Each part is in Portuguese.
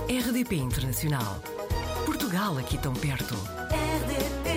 RDP Internacional. Portugal aqui tão perto. RDP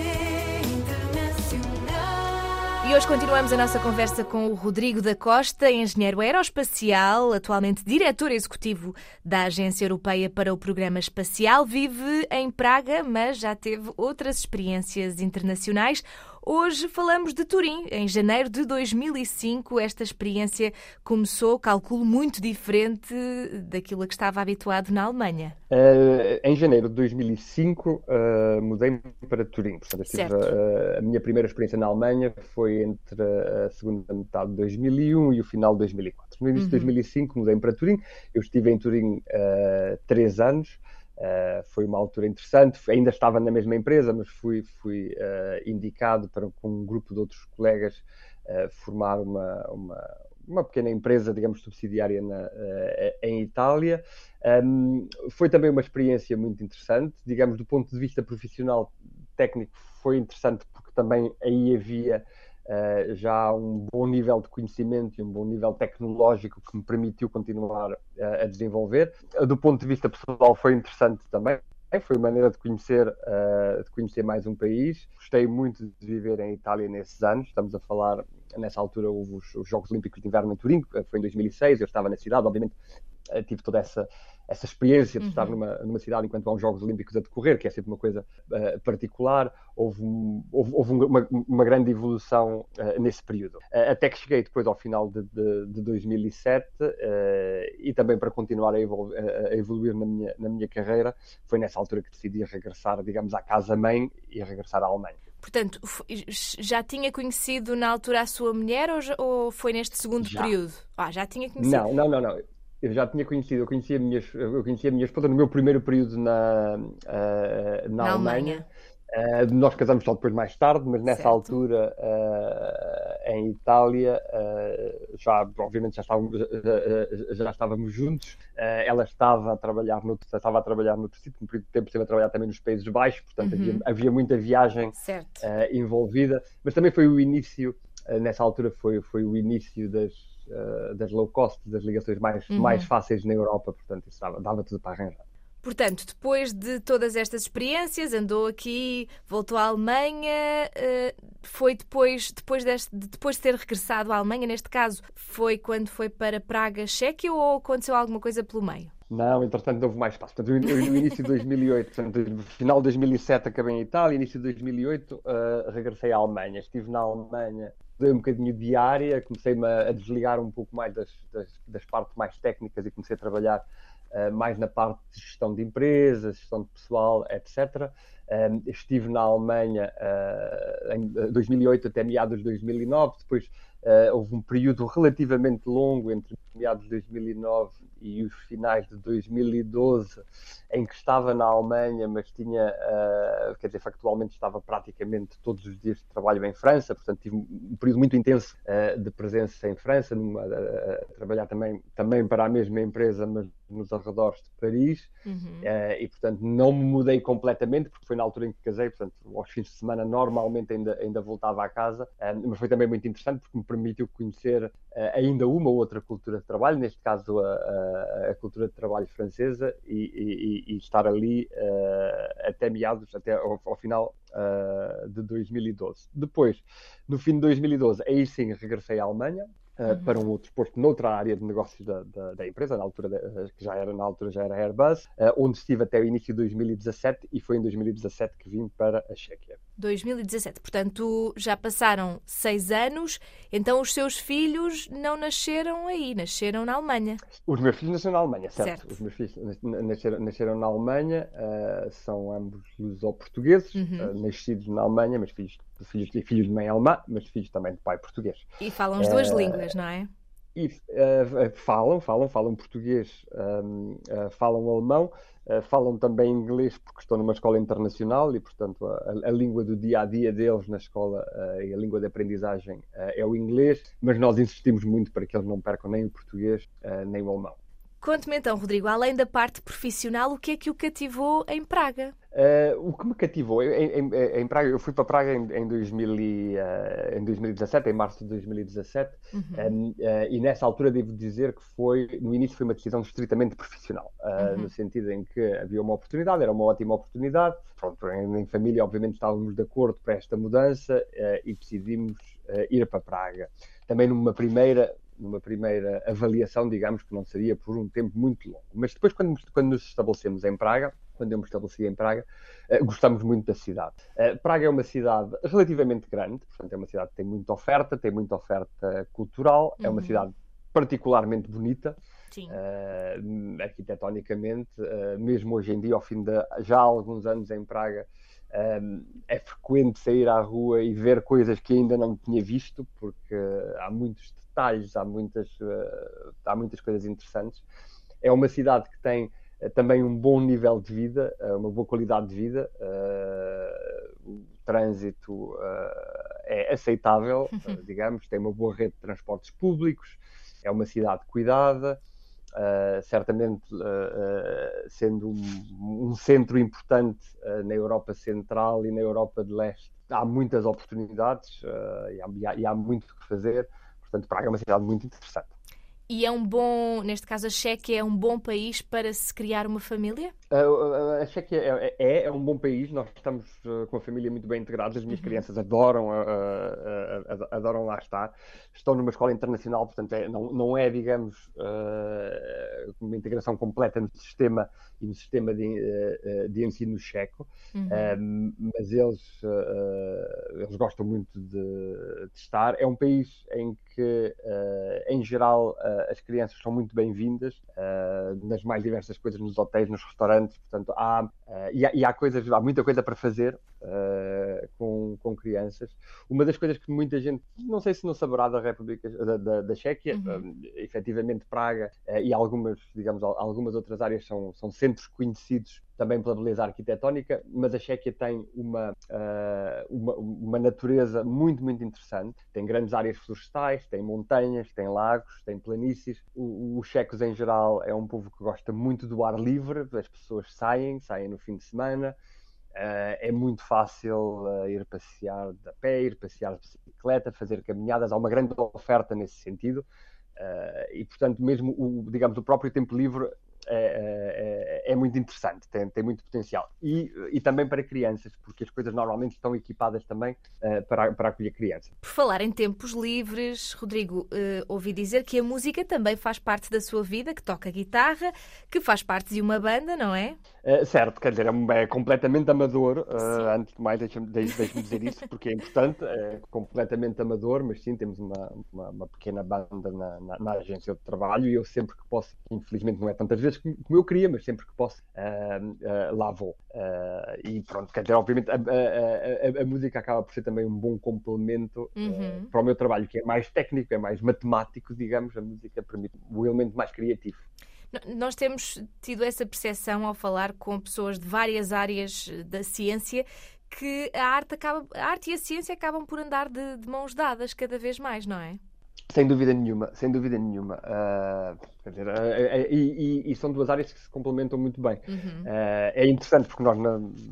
Internacional. E hoje continuamos a nossa conversa com o Rodrigo da Costa, engenheiro aeroespacial, atualmente diretor executivo da Agência Europeia para o Programa Espacial. Vive em Praga, mas já teve outras experiências internacionais. Hoje falamos de Turim. Em janeiro de 2005, esta experiência começou, calculo, muito diferente daquilo a que estava habituado na Alemanha. Em janeiro de 2005, mudei-me para Turim. Portanto, a minha primeira experiência na Alemanha foi entre a segunda metade de 2001 e o final de 2004. No início de 2005, mudei-me para Turim. Eu estive em Turim 3 anos. Foi uma altura interessante, ainda estava na mesma empresa, mas fui indicado para, com um grupo de outros colegas, formar uma pequena empresa, digamos, subsidiária em Itália. Foi também uma experiência muito interessante, digamos, do ponto de vista profissional, técnico, foi interessante porque também aí havia já um bom nível de conhecimento e um bom nível tecnológico que me permitiu continuar a desenvolver. Do ponto de vista pessoal foi interessante também. Foi uma maneira de conhecer mais um país. Gostei muito de viver em Itália nesses anos. Estamos a falar, nessa altura houve os Jogos Olímpicos de Inverno em Turim, foi em 2006, eu estava na cidade, obviamente tive toda essa experiência de estar numa cidade enquanto há uns Jogos Olímpicos a decorrer, que é sempre uma coisa particular. Houve uma grande evolução nesse período. Até que cheguei depois ao final de 2007 e também para continuar a evoluir na minha carreira, foi nessa altura que decidi regressar, digamos, à casa-mãe e regressar à Alemanha. Portanto, já tinha conhecido na altura a sua mulher ou foi neste segundo período? Já tinha conhecido? Não. Eu já tinha conhecido, eu conhecia a minha esposa no meu primeiro período na Alemanha. Nós casamos só depois mais tarde, mas nessa altura em Itália obviamente já estávamos juntos. Ela estava a trabalhar noutro sítio, no período de tempo esteve a trabalhar também nos Países Baixos, portanto havia muita viagem envolvida, mas também foi o início, nessa altura foi o início das low cost, das ligações mais fáceis na Europa, portanto isso dava tudo para arranjar. Portanto, depois de todas estas experiências, andou aqui, voltou à Alemanha, foi depois de ter regressado à Alemanha, neste caso, foi quando foi para Praga, Chequia, ou aconteceu alguma coisa pelo meio? Não, entretanto houve mais espaço. Portanto, no início de 2008, portanto, no final de 2007 acabei em Itália, início de 2008 regressei à Alemanha. Estive na Alemanha, dei um bocadinho de área, comecei-me a desligar um pouco mais das partes mais técnicas e comecei a trabalhar mais na parte de gestão de empresas, gestão de pessoal, etc. Estive na Alemanha em 2008 até meados de 2009, depois houve um período relativamente longo entre meados de 2009 e os finais de 2012 em que estava na Alemanha, mas factualmente estava praticamente todos os dias de trabalho em França, portanto tive um período muito intenso de presença em França, a trabalhar também para a mesma empresa, mas nos arredores de Paris, e portanto não me mudei completamente, porque foi na altura em que casei, portanto aos fins de semana normalmente ainda voltava à casa, mas foi também muito interessante porque me permitiu conhecer ainda uma ou outra cultura de trabalho, neste caso a cultura de trabalho francesa, e estar ali até ao final de 2012. Depois, no fim de 2012, aí sim regressei à Alemanha, para um outro posto noutra área de negócios da empresa, que já era Airbus, onde estive até o início de 2017, e foi em 2017 que vim para a Chequia. 2017, portanto já passaram 6 anos, então os seus filhos não nasceram aí, nasceram na Alemanha. Os meus filhos nasceram na Alemanha, certo. Os meus filhos nasceram na Alemanha, são ambos luso-portugueses, nascidos na Alemanha, mas filhos de mãe alemã, mas filhos também de pai português. E falam as duas línguas, não é? E falam português, falam alemão, falam também inglês porque estão numa escola internacional e, portanto, a língua do dia-a-dia deles na escola e a língua de aprendizagem é o inglês, mas nós insistimos muito para que eles não percam nem o português nem o alemão. Conte-me então, Rodrigo, além da parte profissional, o que é que o cativou em Praga? O que me cativou em Praga, eu fui para Praga em 2017, em março de 2017, e nessa altura devo dizer que no início foi uma decisão estritamente profissional, no sentido em que havia uma oportunidade, era uma ótima oportunidade. Pronto, em família, obviamente, estávamos de acordo para esta mudança e decidimos ir para Praga. Também numa primeira avaliação, digamos que não seria por um tempo muito longo. Mas depois, quando nos estabelecemos em Praga, quando eu me estabeleci em Praga, gostamos muito da cidade. Praga é uma cidade relativamente grande, portanto é uma cidade que tem muita oferta cultural, é uma cidade particularmente bonita, arquitetonicamente, mesmo hoje em dia, ao fim de já há alguns anos em Praga, é frequente sair à rua e ver coisas que ainda não tinha visto, porque há muitos detalhes, há muitas coisas interessantes. É uma cidade que tem também um bom nível de vida, uma boa qualidade de vida. O trânsito é aceitável, digamos, tem uma boa rede de transportes públicos, é uma cidade cuidada, certamente sendo um centro importante na Europa Central e na Europa de Leste. Há muitas oportunidades e há muito que fazer, portanto Praga é uma cidade muito interessante. E neste caso a Chequia é um bom país para se criar uma família? A Chequia é um bom país, nós estamos com a família muito bem integrados, as minhas crianças adoram lá estar, estão numa escola internacional, portanto não é, digamos, uma integração completa no sistema de ensino checo, mas eles gostam muito de estar. É um país em que, em geral, as crianças são muito bem-vindas nas mais diversas coisas, nos hotéis, nos restaurantes, portanto há muita coisa para fazer com crianças. Uma das coisas que muita gente, não sei se não saberá da República da Chequia, efetivamente Praga e algumas outras áreas são centros conhecidos também pela beleza arquitetónica, mas a Chequia tem uma natureza muito, muito interessante. Tem grandes áreas florestais, tem montanhas, tem lagos, tem planícies. Os checos, em geral, é um povo que gosta muito do ar livre, as pessoas saem no fim de semana. É muito fácil ir passear a pé, ir passear de bicicleta, fazer caminhadas. Há uma grande oferta nesse sentido. E, portanto, mesmo o próprio tempo livre é muito interessante, tem muito potencial. E também para crianças, porque as coisas normalmente estão equipadas também para acolher crianças. Por falar em tempos livres, Rodrigo, ouvi dizer que a música também faz parte da sua vida, que toca guitarra, que faz parte de uma banda, não é? Certo, quer dizer, é completamente amador. Antes de mais, deixe-me dizer isso, porque é importante, é completamente amador, mas sim, temos uma pequena banda na agência de trabalho e eu sempre que posso, infelizmente não é tantas vezes como eu queria, mas sempre que posso lá vou. E pronto, quer dizer, obviamente a música acaba por ser também um bom complemento para o meu trabalho, que é mais técnico, é mais matemático, digamos. A música permite o elemento mais criativo. Nós temos tido essa percepção ao falar com pessoas de várias áreas da ciência que a arte e a ciência acabam por andar de mãos dadas cada vez mais, não é? Sem dúvida nenhuma. Quer dizer, e são duas áreas que se complementam muito bem. É interessante porque nós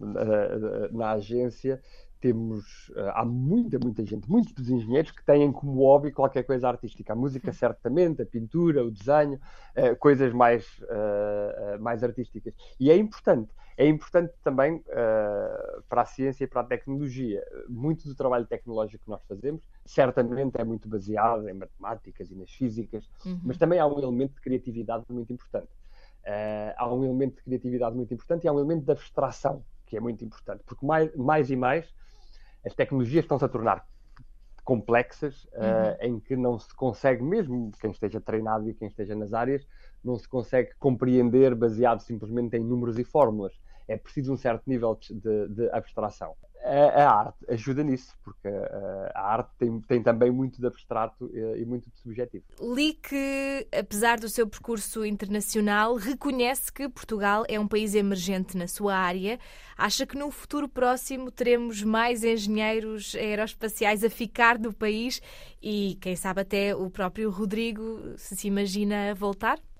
na agência há muita gente, muitos dos engenheiros que têm como hobby qualquer coisa artística. A música, certamente, a pintura, o desenho, coisas mais artísticas. E é importante também para a ciência e para a tecnologia. Muito do trabalho tecnológico que nós fazemos, certamente é muito baseado em matemáticas e nas físicas, mas também há um elemento de criatividade muito importante. E há um elemento de abstração, que é muito importante, porque mais e mais as tecnologias estão-se a tornar complexas, em que não se consegue, mesmo quem esteja treinado e quem esteja nas áreas, não se consegue compreender baseado simplesmente em números e fórmulas. É preciso um certo nível de abstração. A arte ajuda nisso, porque a arte tem também muito de abstrato e muito de subjetivo. Li que, apesar do seu percurso internacional, reconhece que Portugal é um país emergente na sua área. Acha que no futuro próximo teremos mais engenheiros aeroespaciais a ficar no país e, quem sabe, até o próprio Rodrigo se imagina voltar?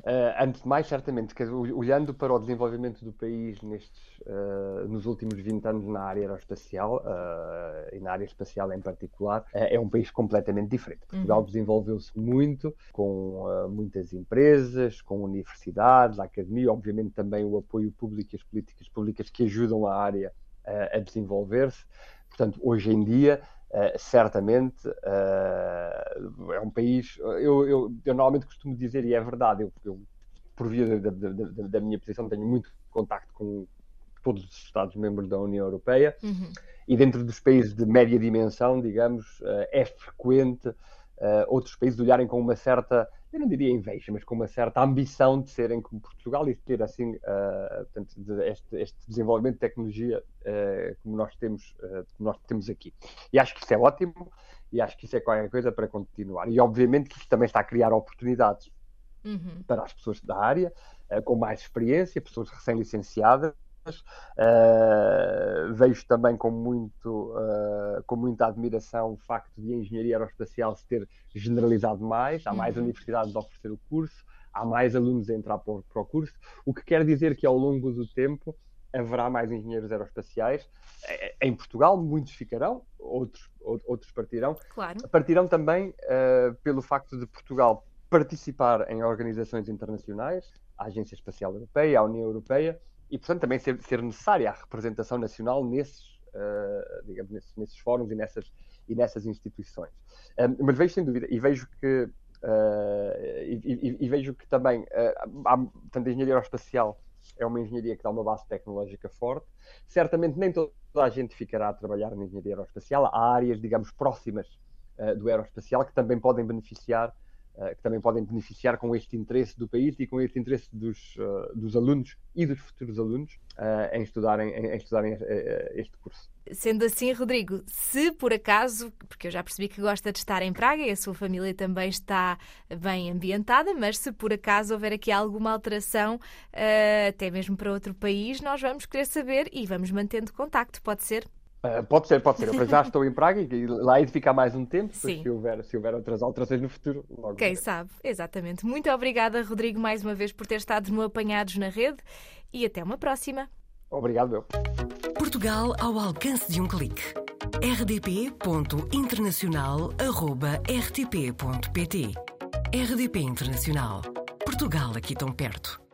Antes de mais, certamente, olhando para o desenvolvimento do país nos últimos 20 anos na área aeroespacial, e na área espacial em particular, é um país completamente diferente. Portugal desenvolveu-se muito, com muitas empresas, com universidades, a academia, obviamente também o apoio público e as políticas públicas que ajudam a área a desenvolver-se. Portanto, hoje em dia, certamente é um país. Eu normalmente costumo dizer, e é verdade, eu por via da minha posição, tenho muito contacto com todos os Estados-membros da União Europeia, e dentro dos países de média dimensão, digamos, é frequente outros países olharem com uma certa, eu não diria inveja, mas com uma certa ambição de serem como Portugal e de ter assim, portanto, este desenvolvimento de tecnologia como nós temos aqui. E acho que isso é ótimo, e acho que isso é qualquer coisa para continuar. E obviamente que isto também está a criar oportunidades para as pessoas da área, com mais experiência, pessoas recém-licenciadas. Vejo também com muita admiração o facto de a engenharia aeroespacial se ter generalizado mais. Há mais universidades a oferecer o curso, há mais alunos a entrar para o curso, o que quer dizer que ao longo do tempo haverá mais engenheiros aeroespaciais. Em Portugal muitos ficarão, outros partirão. Claro. Partirão também pelo facto de Portugal participar em organizações internacionais, a Agência Espacial Europeia, a União Europeia, e, portanto, também ser necessária a representação nacional nesses fóruns e nessas instituições. Mas vejo, sem dúvida, e vejo que também portanto, a engenharia aeroespacial é uma engenharia que dá uma base tecnológica forte. Certamente nem toda a gente ficará a trabalhar na engenharia aeroespacial. Há áreas, digamos, próximas do aeroespacial que também podem beneficiar com este interesse do país e com este interesse dos alunos e dos futuros alunos em estudarem este curso. Sendo assim, Rodrigo, se por acaso, porque eu já percebi que gosta de estar em Praga e a sua família também está bem ambientada, mas se por acaso houver aqui alguma alteração, até mesmo para outro país, nós vamos querer saber e vamos mantendo contacto, pode ser? Pode ser. Eu já estou em Praga e lá hei de ficar mais um tempo, Sim. Se houver outras alterações no futuro. Logo Quem sabe, exatamente. Muito obrigada, Rodrigo, mais uma vez por ter estado no Apanhados na Rede e até uma próxima. Obrigado, eu. Portugal ao alcance de um clique. rdp.internacional@rtp.pt. RDP Internacional. Portugal aqui tão perto.